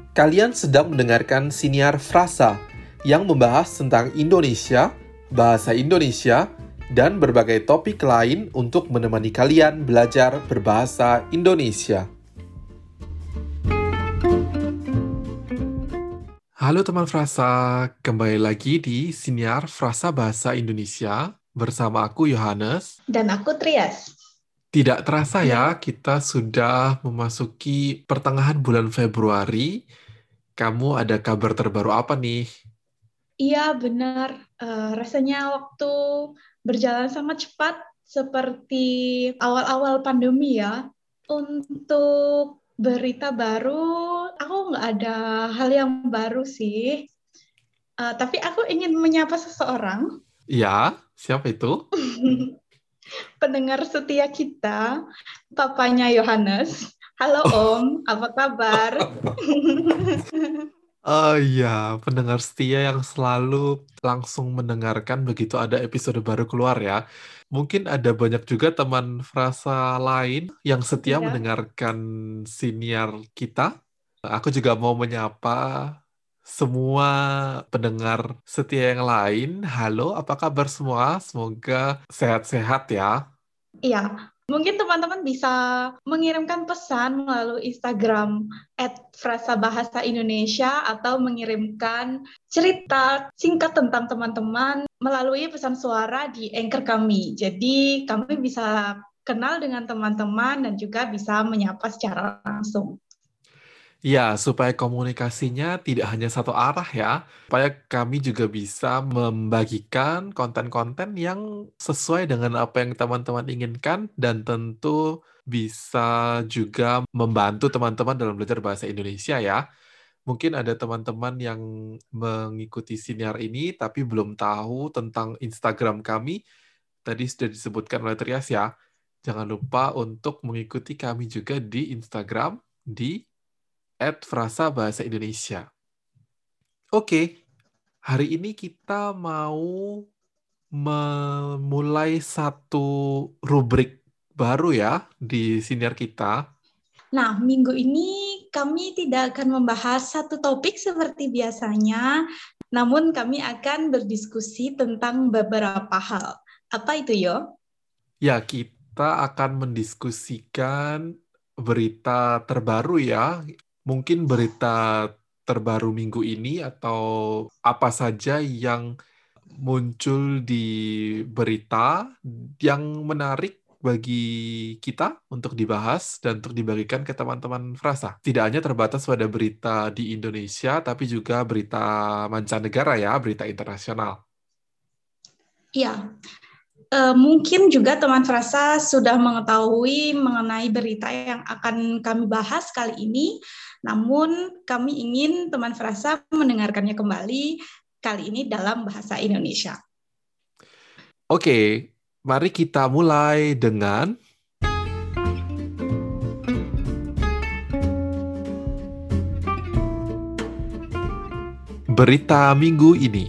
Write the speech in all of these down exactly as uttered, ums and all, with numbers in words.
Kalian sedang mendengarkan Siniar Frasa yang membahas tentang Indonesia, bahasa Indonesia, dan berbagai topik lain untuk menemani kalian belajar berbahasa Indonesia. Halo teman Frasa, kembali lagi di Siniar Frasa Bahasa Indonesia bersama aku Yohanes. Dan aku Trias. Tidak terasa ya, kita sudah memasuki pertengahan bulan Februari. Kamu ada kabar terbaru apa nih? Iya, benar. Uh, rasanya waktu berjalan sangat cepat seperti awal-awal pandemi ya. Untuk berita baru, aku nggak ada hal yang baru sih. Uh, tapi aku ingin menyapa seseorang. Ya, siapa itu? Pendengar setia kita, papanya Yohanes. Halo Om, apa kabar? Oh iya, pendengar setia yang selalu langsung mendengarkan begitu ada episode baru keluar ya. Mungkin ada banyak juga teman frasa lain yang setia Iya. mendengarkan siniar kita. Aku juga mau menyapa semua pendengar setia yang lain. Halo, apa kabar semua? Semoga sehat-sehat ya. Iya, mungkin teman-teman bisa mengirimkan pesan melalui Instagram at frasa bahasa Indonesia atau mengirimkan cerita singkat tentang teman-teman melalui pesan suara di Anchor kami. Jadi kami bisa kenal dengan teman-teman dan juga bisa menyapa secara langsung. Ya, supaya komunikasinya tidak hanya satu arah ya, supaya kami juga bisa membagikan konten-konten yang sesuai dengan apa yang teman-teman inginkan dan tentu bisa juga membantu teman-teman dalam belajar bahasa Indonesia ya. Mungkin ada teman-teman yang mengikuti siniar ini tapi belum tahu tentang Instagram kami. Tadi sudah disebutkan oleh Trias ya. Jangan lupa untuk mengikuti kami juga di Instagram di at frasa bahasa Indonesia. Oke, hari ini kita mau memulai satu rubrik baru ya di siniar kita. Nah, minggu ini kami tidak akan membahas satu topik seperti biasanya, namun kami akan berdiskusi tentang beberapa hal. Apa itu, Yo? Ya, kita akan mendiskusikan berita terbaru ya. Mungkin berita terbaru minggu ini atau apa saja yang muncul di berita yang menarik bagi kita untuk dibahas dan untuk dibagikan ke teman-teman Frasa. Tidak hanya terbatas pada berita di Indonesia, tapi juga berita mancanegara ya, berita internasional. Ya, uh, mungkin juga teman Frasa sudah mengetahui mengenai berita yang akan kami bahas kali ini, namun kami ingin teman Frasa mendengarkannya kembali kali ini dalam bahasa Indonesia. Oke, mari kita mulai dengan berita minggu ini.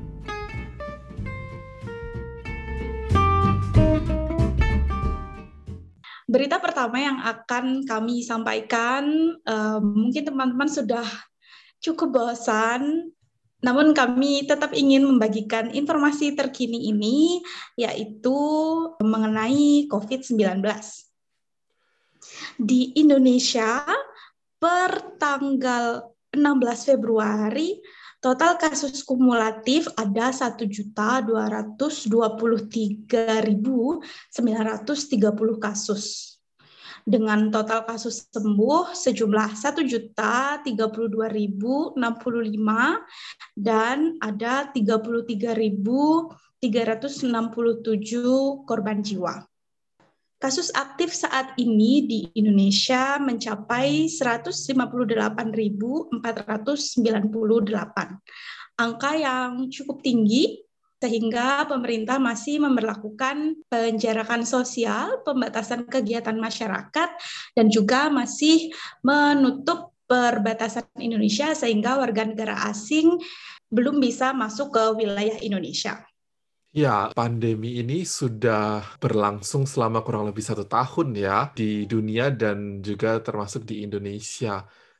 Berita pertama yang akan kami sampaikan, uh, mungkin teman-teman sudah cukup bosan, namun kami tetap ingin membagikan informasi terkini ini, yaitu mengenai covid sembilan belas. Di Indonesia, per tanggal enam belas Februari, total kasus kumulatif ada satu juta dua ratus dua puluh tiga ribu sembilan ratus tiga puluh kasus. Dengan total kasus sembuh sejumlah satu juta tiga puluh dua ribu enam puluh lima dan ada tiga puluh tiga ribu tiga ratus enam puluh tujuh korban jiwa. Kasus aktif saat ini di Indonesia mencapai seratus lima puluh delapan ribu empat ratus sembilan puluh delapan. Angka yang cukup tinggi sehingga pemerintah masih memberlakukan penjarakan sosial, pembatasan kegiatan masyarakat, dan juga masih menutup perbatasan Indonesia sehingga warga negara asing belum bisa masuk ke wilayah Indonesia. Ya, pandemi ini sudah berlangsung selama kurang lebih satu tahun ya di dunia dan juga termasuk di Indonesia.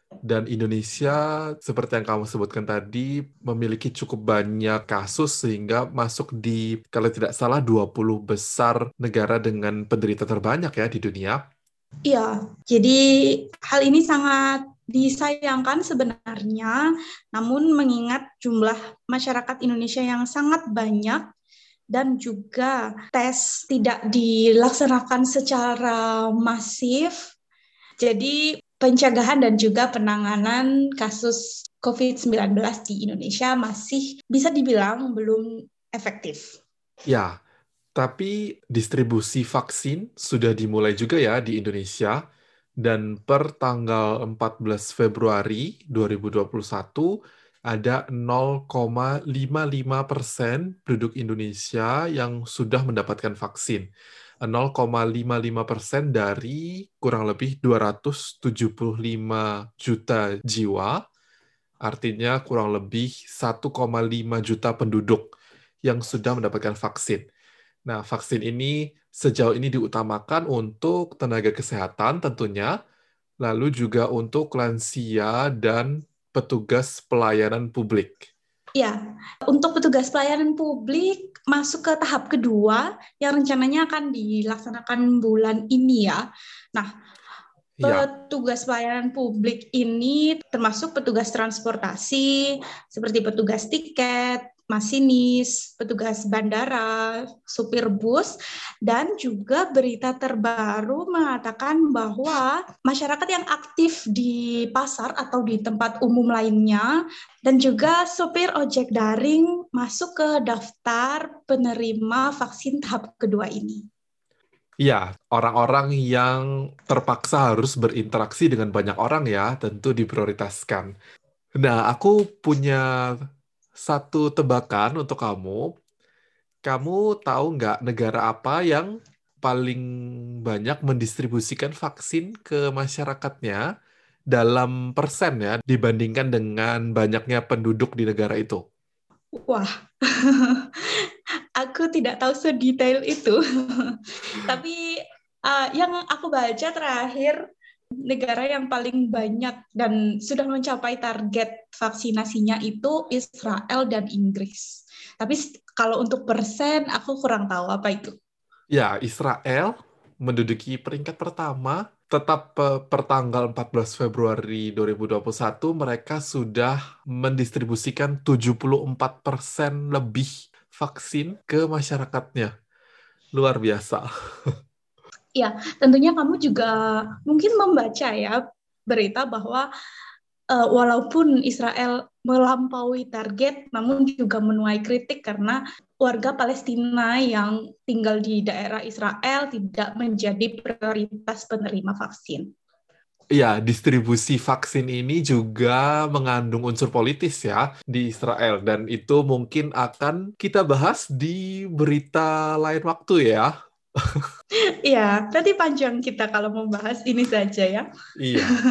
Dan Indonesia, seperti yang kamu sebutkan tadi, memiliki cukup banyak kasus sehingga masuk di, kalau tidak salah, dua puluh besar negara dengan penderita terbanyak ya di dunia. Iya, jadi hal ini sangat disayangkan sebenarnya, namun mengingat jumlah masyarakat Indonesia yang sangat banyak dan juga tes tidak dilaksanakan secara masif, jadi pencegahan dan juga penanganan kasus covid sembilan belas di Indonesia masih bisa dibilang belum efektif. Ya, tapi distribusi vaksin sudah dimulai juga ya di Indonesia, dan per tanggal empat belas Februari dua ribu dua puluh satu ada nol koma lima lima persen penduduk Indonesia yang sudah mendapatkan vaksin. nol koma lima lima persen dari kurang lebih dua ratus tujuh puluh lima juta jiwa, artinya kurang lebih satu koma lima juta penduduk yang sudah mendapatkan vaksin. Nah, vaksin ini sejauh ini diutamakan untuk tenaga kesehatan tentunya, lalu juga untuk lansia dan petugas pelayanan publik. Ya, untuk petugas pelayanan publik masuk ke tahap kedua yang rencananya akan dilaksanakan bulan ini ya. Nah, Ya, petugas pelayanan publik ini termasuk petugas transportasi, seperti petugas tiket, masinis, petugas bandara, supir bus, dan juga berita terbaru mengatakan bahwa masyarakat yang aktif di pasar atau di tempat umum lainnya, dan juga supir ojek daring masuk ke daftar penerima vaksin tahap kedua ini. ya, orang-orang yang terpaksa harus berinteraksi dengan banyak orang ya, tentu diprioritaskan. Nah, aku punya satu tebakan untuk kamu. Kamu tahu nggak negara apa yang paling banyak mendistribusikan vaksin ke masyarakatnya dalam persen ya dibandingkan dengan banyaknya penduduk di negara itu? Wah, aku tidak tahu sedetail itu. Tapi uh, yang aku baca terakhir, negara yang paling banyak dan sudah mencapai target vaksinasinya itu Israel dan Inggris. Tapi kalau untuk persen, aku kurang tahu apa itu. Ya, Israel menduduki peringkat pertama. Tetap eh, per tanggal empat belas Februari dua ribu dua puluh satu mereka sudah mendistribusikan tujuh puluh empat persen lebih vaksin ke masyarakatnya. Luar biasa. Ya, tentunya kamu juga mungkin membaca ya berita bahwa uh, walaupun Israel melampaui target, namun juga menuai kritik karena warga Palestina yang tinggal di daerah Israel tidak menjadi prioritas penerima vaksin. Ya, distribusi vaksin ini juga mengandung unsur politis ya di Israel, dan itu mungkin akan kita bahas di berita lain waktu ya. Iya, nanti panjang kita kalau membahas ini saja ya. Iya.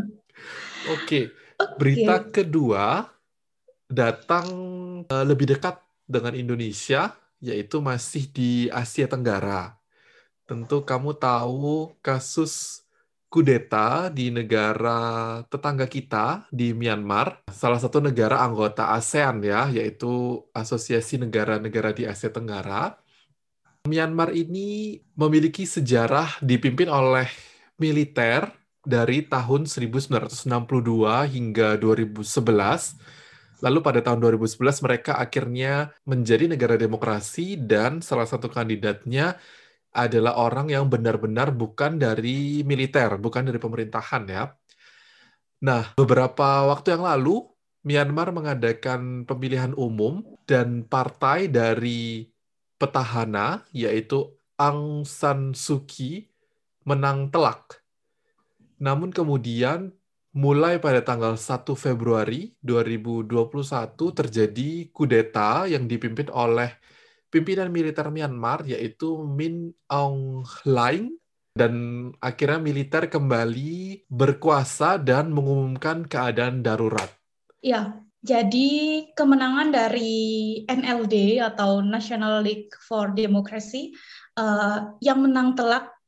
Oke. Berita Oke. kedua datang eh, lebih dekat dengan Indonesia, yaitu masih di Asia Tenggara. Tentu kamu tahu kasus kudeta di negara tetangga kita di Myanmar, salah satu negara anggota ASEAN ya, yaitu Asosiasi Negara-Negara di Asia Tenggara. Myanmar ini memiliki sejarah dipimpin oleh militer dari tahun seribu sembilan ratus enam puluh dua hingga dua ribu sebelas. Lalu pada tahun dua ribu sebelas mereka akhirnya menjadi negara demokrasi, dan salah satu kandidatnya adalah orang yang benar-benar bukan dari militer, bukan dari pemerintahan ya. Nah, beberapa waktu yang lalu, Myanmar mengadakan pemilihan umum dan partai dari petahana, yaitu Aung San Suu Kyi, menang telak. Namun kemudian, mulai pada tanggal satu Februari dua ribu dua puluh satu terjadi kudeta yang dipimpin oleh pimpinan militer Myanmar, yaitu Min Aung Hlaing, dan akhirnya militer kembali berkuasa dan mengumumkan keadaan darurat. Ya, jadi kemenangan dari N L D atau National League for Democracy uh, yang menang telak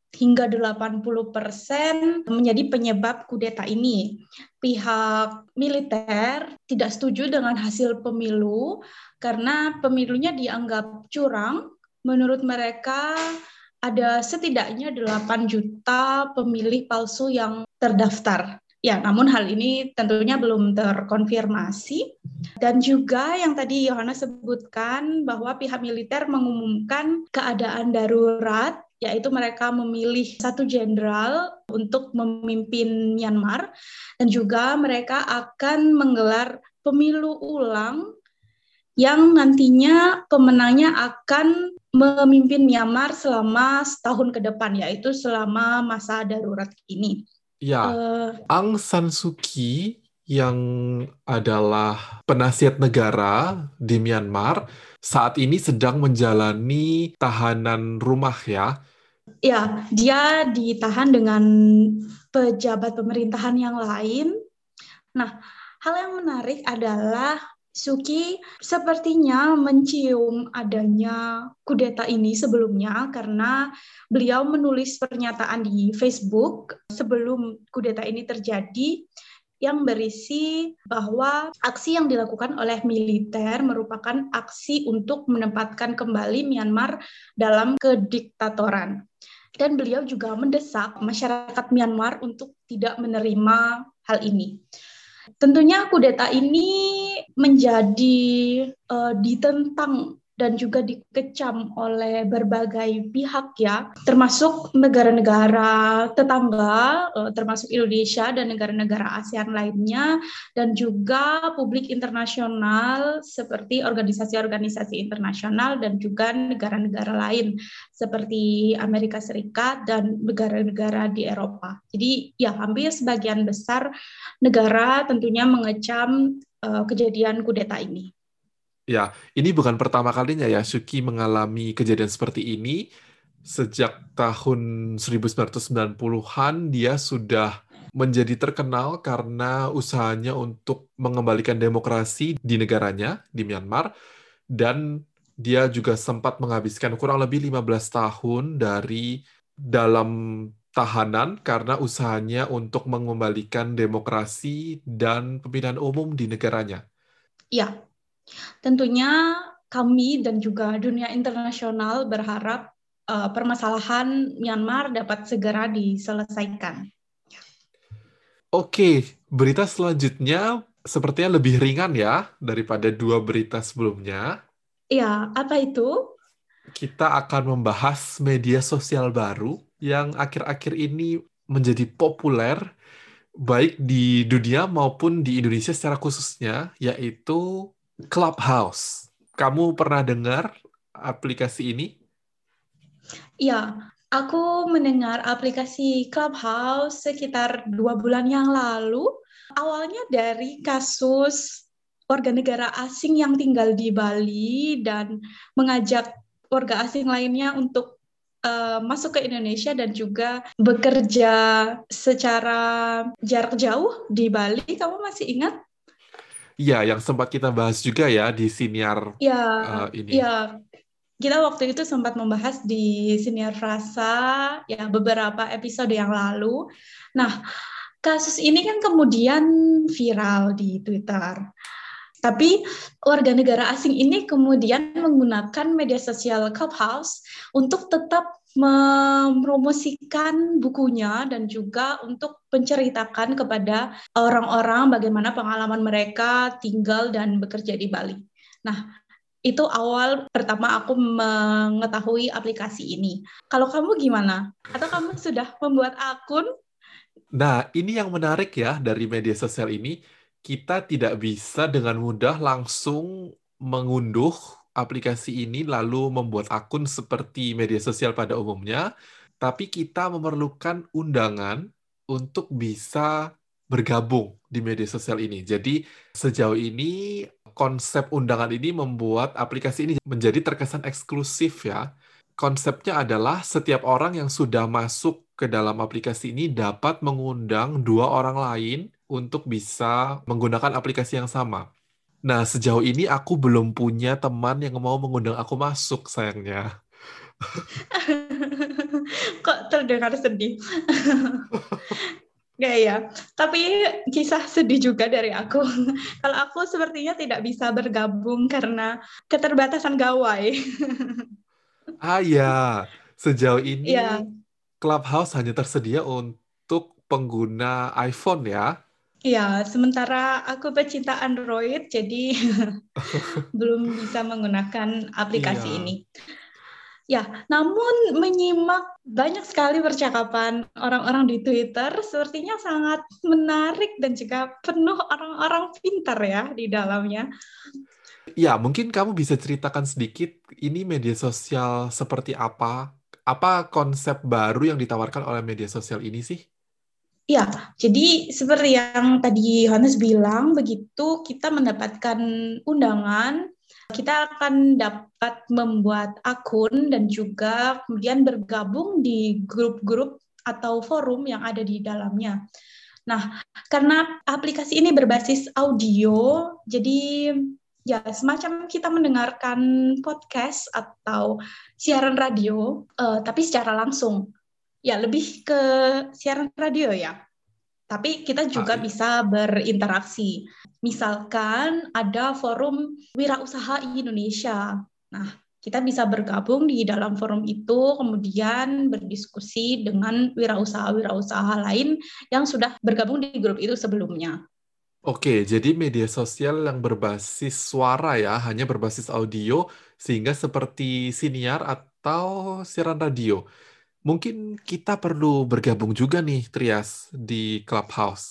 hingga delapan puluh persen menjadi penyebab kudeta ini. Pihak militer tidak setuju dengan hasil pemilu karena pemilunya dianggap curang. Menurut mereka ada setidaknya delapan juta pemilih palsu yang terdaftar. Ya, namun hal ini tentunya belum terkonfirmasi. Dan juga yang tadi Yohana sebutkan bahwa pihak militer mengumumkan keadaan darurat, yaitu mereka memilih satu jenderal untuk memimpin Myanmar, dan juga mereka akan menggelar pemilu ulang yang nantinya pemenangnya akan memimpin Myanmar selama setahun ke depan, yaitu selama masa darurat ini. Ya, Uh, Aung San Suu Kyi yang adalah penasihat negara di Myanmar saat ini sedang menjalani tahanan rumah ya. Ya, dia ditahan dengan pejabat pemerintahan yang lain. Nah, hal yang menarik adalah Suu Kyi sepertinya mencium adanya kudeta ini sebelumnya karena beliau menulis pernyataan di Facebook sebelum kudeta ini terjadi yang berisi bahwa aksi yang dilakukan oleh militer merupakan aksi untuk menempatkan kembali Myanmar dalam kediktatoran. Dan beliau juga mendesak masyarakat Myanmar untuk tidak menerima hal ini. Tentunya kudeta ini menjadi uh, ditentang dan juga dikecam oleh berbagai pihak ya, termasuk negara-negara tetangga, uh, termasuk Indonesia dan negara-negara ASEAN lainnya, dan juga publik internasional seperti organisasi-organisasi internasional dan juga negara-negara lain seperti Amerika Serikat dan negara-negara di Eropa. Jadi ya hampir sebagian besar negara tentunya mengecam uh, kejadian kudeta ini. Ya, ini bukan pertama kalinya ya Suu Kyi mengalami kejadian seperti ini. Sejak tahun seribu sembilan ratus sembilan puluhan dia sudah menjadi terkenal karena usahanya untuk mengembalikan demokrasi di negaranya, di Myanmar. Dan dia juga sempat menghabiskan kurang lebih lima belas tahun dari dalam tahanan karena usahanya untuk mengembalikan demokrasi dan pemilihan umum di negaranya. Ya, tentunya kami dan juga dunia internasional berharap uh, permasalahan Myanmar dapat segera diselesaikan. Oke, berita selanjutnya sepertinya lebih ringan ya daripada dua berita sebelumnya. Ya, apa itu? Kita akan membahas media sosial baru yang akhir-akhir ini menjadi populer baik di dunia maupun di Indonesia secara khususnya, yaitu Clubhouse. Kamu pernah dengar aplikasi ini? Ya, aku mendengar aplikasi Clubhouse sekitar dua bulan yang lalu. Awalnya dari kasus warga negara asing yang tinggal di Bali dan mengajak warga asing lainnya untuk uh, masuk ke Indonesia dan juga bekerja secara jarak jauh di Bali. Kamu masih ingat? Iya, yang sempat kita bahas juga ya di siniar Ya, uh, ini. ya. Kita waktu itu sempat membahas di Siniar Frasa ya beberapa episode yang lalu. Nah, kasus ini kan kemudian viral di Twitter. Tapi warga negara asing ini kemudian menggunakan media sosial Clubhouse untuk tetap mempromosikan bukunya dan juga untuk menceritakan kepada orang-orang bagaimana pengalaman mereka tinggal dan bekerja di Bali. Nah, itu awal pertama aku mengetahui aplikasi ini. Kalau kamu gimana? Atau kamu sudah membuat akun? Nah, ini yang menarik ya dari media sosial ini. Kita tidak bisa dengan mudah langsung mengunduh aplikasi ini lalu membuat akun seperti media sosial pada umumnya, tapi kita memerlukan undangan untuk bisa bergabung di media sosial ini. Jadi, sejauh ini konsep undangan ini membuat aplikasi ini menjadi terkesan eksklusif ya. Konsepnya adalah setiap orang yang sudah masuk ke dalam aplikasi ini dapat mengundang dua orang lain untuk bisa menggunakan aplikasi yang sama. Nah, sejauh ini aku belum punya teman yang mau mengundang aku masuk, sayangnya. Kok terdengar sedih. Nggak ya, tapi kisah sedih juga dari aku. Kalau aku sepertinya tidak bisa bergabung karena keterbatasan gawai. Ah ya, sejauh ini Ya, Clubhouse hanya tersedia untuk pengguna iPhone ya. ya. Sementara aku pecinta Android, jadi belum bisa menggunakan aplikasi Iya. ini. Ya, namun menyimak banyak sekali percakapan orang-orang di Twitter sepertinya sangat menarik dan juga penuh orang-orang pintar ya di dalamnya. Ya, mungkin kamu bisa ceritakan sedikit ini media sosial seperti apa? Apa konsep baru yang ditawarkan oleh media sosial ini sih? Ya, jadi seperti yang tadi Yohanes bilang, begitu kita mendapatkan undangan, kita akan dapat membuat akun dan juga kemudian bergabung di grup-grup atau forum yang ada di dalamnya. Nah, karena aplikasi ini berbasis audio, jadi ya semacam kita mendengarkan podcast atau siaran radio, uh, tapi secara langsung. Ya, lebih ke siaran radio ya. Tapi kita Ah, juga iya. bisa berinteraksi. Misalkan ada forum wirausaha Indonesia. Nah, kita bisa bergabung di dalam forum itu, kemudian berdiskusi dengan wirausaha-wirausaha lain yang sudah bergabung di grup itu sebelumnya. Oke, jadi media sosial yang berbasis suara ya, hanya berbasis audio, sehingga seperti siniar atau siaran radio. Mungkin kita perlu bergabung juga nih, Trias, di Clubhouse.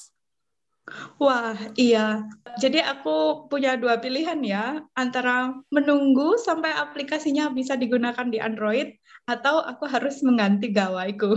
Wah, iya. Jadi aku punya dua pilihan ya, antara menunggu sampai aplikasinya bisa digunakan di Android, atau aku harus mengganti gawaiku.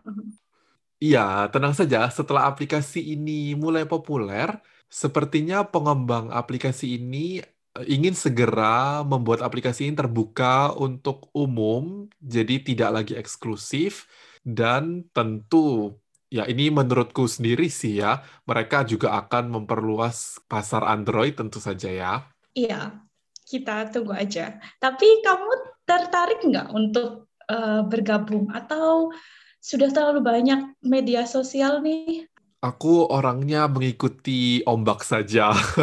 Iya, tenang saja, setelah aplikasi ini mulai populer, sepertinya pengembang aplikasi ini eh, ingin segera membuat aplikasi ini terbuka untuk umum, jadi tidak lagi eksklusif, dan tentu, ya ini menurutku sendiri sih ya, mereka juga akan memperluas pasar Android tentu saja ya. Iya, kita tunggu aja. Tapi kamu tertarik nggak untuk eh, bergabung atau sudah terlalu banyak media sosial nih? Aku orangnya mengikuti ombak saja.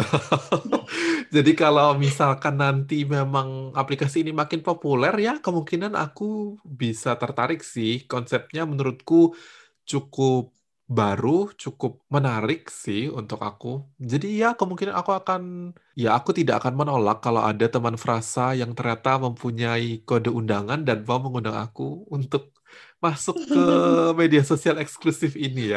Jadi kalau misalkan nanti memang aplikasi ini makin populer ya, kemungkinan aku bisa tertarik sih. Konsepnya menurutku cukup baru, cukup menarik sih untuk aku. Jadi ya kemungkinan aku akan, ya aku tidak akan menolak kalau ada teman frasa yang ternyata mempunyai kode undangan dan mau mengundang aku untuk masuk ke media sosial eksklusif ini ya.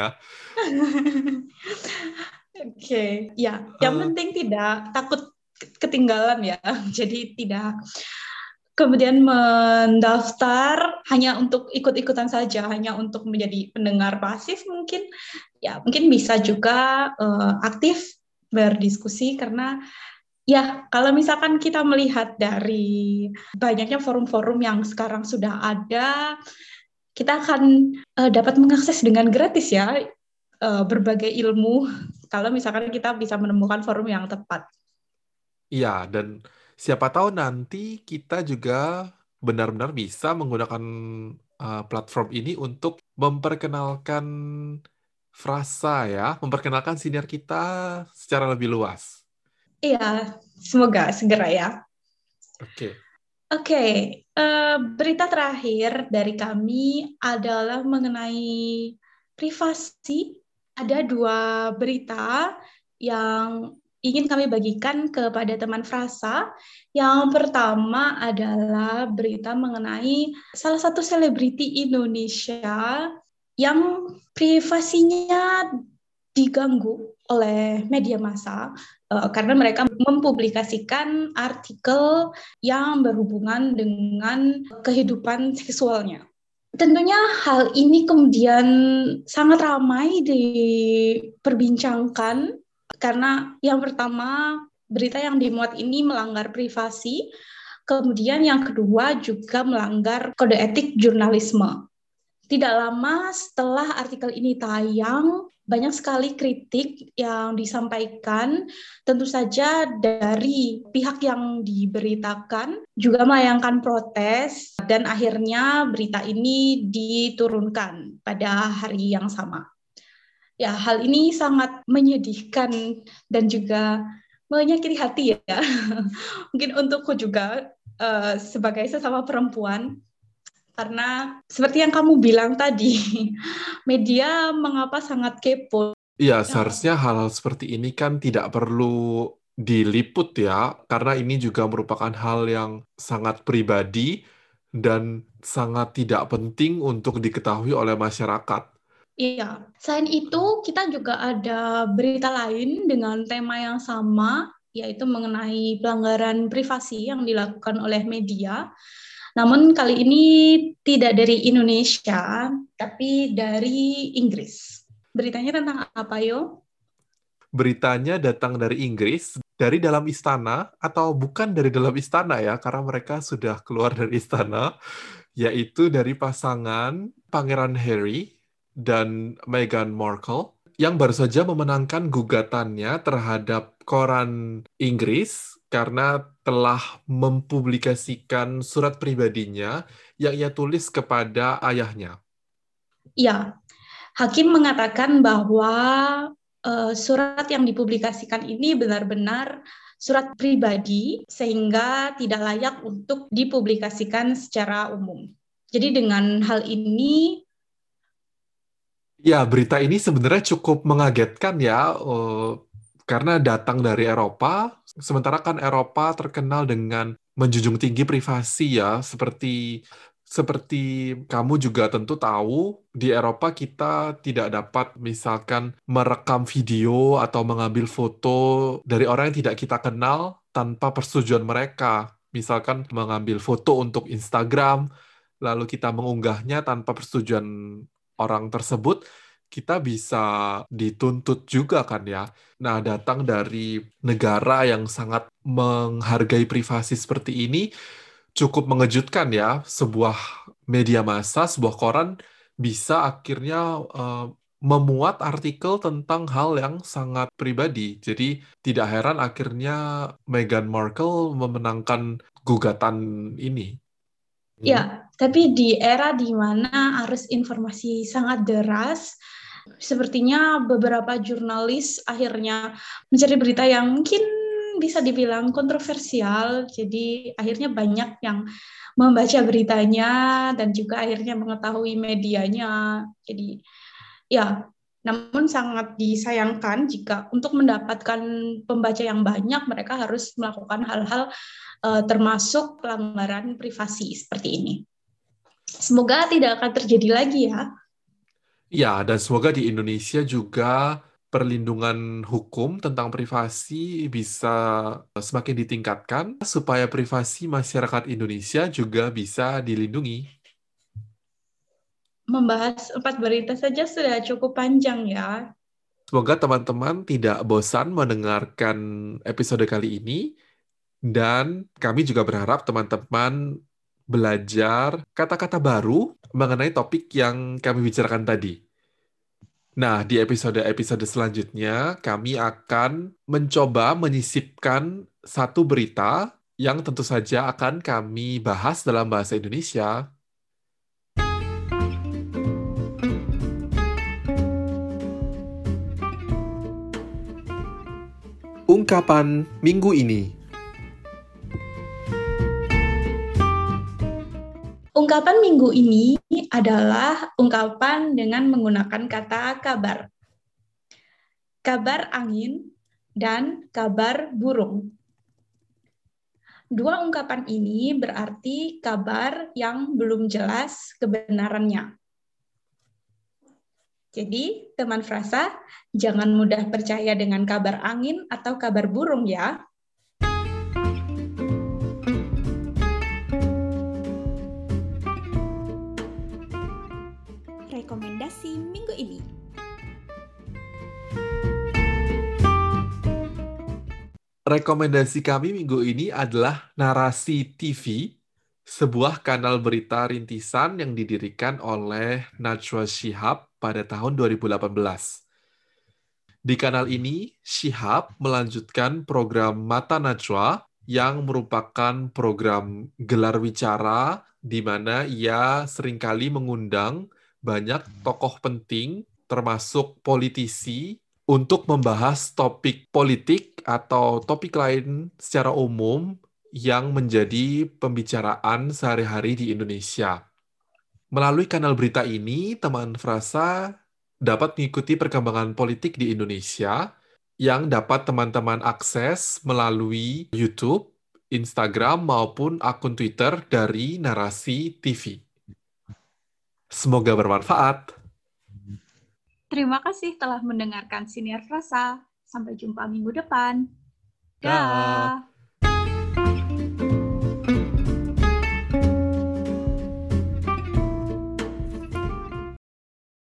Oke, ya, yang Eh, penting tidak takut ketinggalan ya. Jadi tidak kemudian mendaftar hanya untuk ikut-ikutan saja, hanya untuk menjadi pendengar pasif mungkin. Ya, mungkin bisa juga eh, aktif berdiskusi karena ya, kalau misalkan kita melihat dari banyaknya forum-forum yang sekarang sudah ada, kita akan eh, dapat mengakses dengan gratis ya eh, berbagai ilmu kalau misalkan kita bisa menemukan forum yang tepat. Iya, dan siapa tahu nanti kita juga benar-benar bisa menggunakan uh, platform ini untuk memperkenalkan frasa ya, memperkenalkan senior kita secara lebih luas. Iya, semoga segera ya. Oke. Oke, eh, berita terakhir dari kami adalah mengenai privasi. Ada dua berita yang ingin kami bagikan kepada teman Frasa. Yang pertama adalah berita mengenai salah satu selebriti Indonesia yang privasinya diganggu oleh media massa eh, karena mereka mempublikasikan artikel yang berhubungan dengan kehidupan seksualnya. Tentunya hal ini kemudian sangat ramai diperbincangkan karena yang pertama berita yang dimuat ini melanggar privasi, kemudian yang kedua juga melanggar kode etik jurnalisme. Tidak lama setelah artikel ini tayang, banyak sekali kritik yang disampaikan, tentu saja dari pihak yang diberitakan juga melayangkan protes, dan akhirnya berita ini diturunkan pada hari yang sama. Ya, hal ini sangat menyedihkan dan juga menyakiti hati ya. Mungkin untukku juga uh, sebagai sesama perempuan, karena seperti yang kamu bilang tadi, media mengapa sangat kepo. Iya, seharusnya hal-hal seperti ini kan tidak perlu diliput ya, karena ini juga merupakan hal yang sangat pribadi dan sangat tidak penting untuk diketahui oleh masyarakat. Iya, selain itu kita juga ada berita lain dengan tema yang sama, yaitu mengenai pelanggaran privasi yang dilakukan oleh media. Namun kali ini tidak dari Indonesia, tapi dari Inggris. Beritanya tentang apa, Yo? Beritanya datang dari Inggris, dari dalam istana, atau bukan dari dalam istana ya, karena mereka sudah keluar dari istana, yaitu dari pasangan Pangeran Harry dan Meghan Markle, yang baru saja memenangkan gugatannya terhadap koran Inggris karena telah mempublikasikan surat pribadinya yang ia tulis kepada ayahnya. Ya, hakim mengatakan bahwa uh, surat yang dipublikasikan ini benar-benar surat pribadi sehingga tidak layak untuk dipublikasikan secara umum. Jadi dengan hal ini, ya, berita ini sebenarnya cukup mengagetkan ya, uh, karena datang dari Eropa, sementara kan Eropa terkenal dengan menjunjung tinggi privasi ya, seperti seperti kamu juga tentu tahu, di Eropa kita tidak dapat misalkan merekam video atau mengambil foto dari orang yang tidak kita kenal tanpa persetujuan mereka. Misalkan mengambil foto untuk Instagram, lalu kita mengunggahnya tanpa persetujuan orang tersebut, kita bisa dituntut juga kan ya. Nah, datang dari negara yang sangat menghargai privasi seperti ini, cukup mengejutkan ya. Sebuah media massa, sebuah koran bisa akhirnya uh, memuat artikel tentang hal yang sangat pribadi. Jadi tidak heran akhirnya Meghan Markle memenangkan gugatan ini. Hmm. ya, tapi di era di mana arus informasi sangat deras, sepertinya beberapa jurnalis akhirnya mencari berita yang mungkin bisa dibilang kontroversial, jadi akhirnya banyak yang membaca beritanya dan juga akhirnya mengetahui medianya. Jadi ya, namun sangat disayangkan jika untuk mendapatkan pembaca yang banyak mereka harus melakukan hal-hal uh, termasuk pelanggaran privasi seperti ini. Semoga tidak akan terjadi lagi ya. Ya, dan semoga di Indonesia juga perlindungan hukum tentang privasi bisa semakin ditingkatkan supaya privasi masyarakat Indonesia juga bisa dilindungi. Membahas empat berita saja sudah cukup panjang ya. Semoga teman-teman tidak bosan mendengarkan episode kali ini, dan kami juga berharap teman-teman belajar kata-kata baru mengenai topik yang kami bicarakan tadi. Nah, di episode-episode selanjutnya, kami akan mencoba menyisipkan satu berita yang tentu saja akan kami bahas dalam bahasa Indonesia. Ungkapan minggu ini. Ungkapan minggu ini adalah ungkapan dengan menggunakan kata kabar. Kabar angin dan kabar burung. Dua ungkapan ini berarti kabar yang belum jelas kebenarannya. Jadi, teman frasa, jangan mudah percaya dengan kabar angin atau kabar burung ya. Rekomendasi minggu ini. Rekomendasi kami minggu ini adalah Narasi T V sebuah kanal berita rintisan yang didirikan oleh Najwa Shihab pada tahun dua ribu delapan belas. Di kanal ini, Shihab melanjutkan program Mata Najwa yang merupakan program gelar wicara di mana ia seringkali mengundang banyak tokoh penting, termasuk politisi, untuk membahas topik politik atau topik lain secara umum yang menjadi pembicaraan sehari-hari di Indonesia. Melalui kanal berita ini, teman Frasa dapat mengikuti perkembangan politik di Indonesia yang dapat teman-teman akses melalui YouTube, Instagram, maupun akun Twitter dari Narasi T V. Semoga bermanfaat. Terima kasih telah mendengarkan Siniar Frasa. Sampai jumpa minggu depan. Dah. Dah.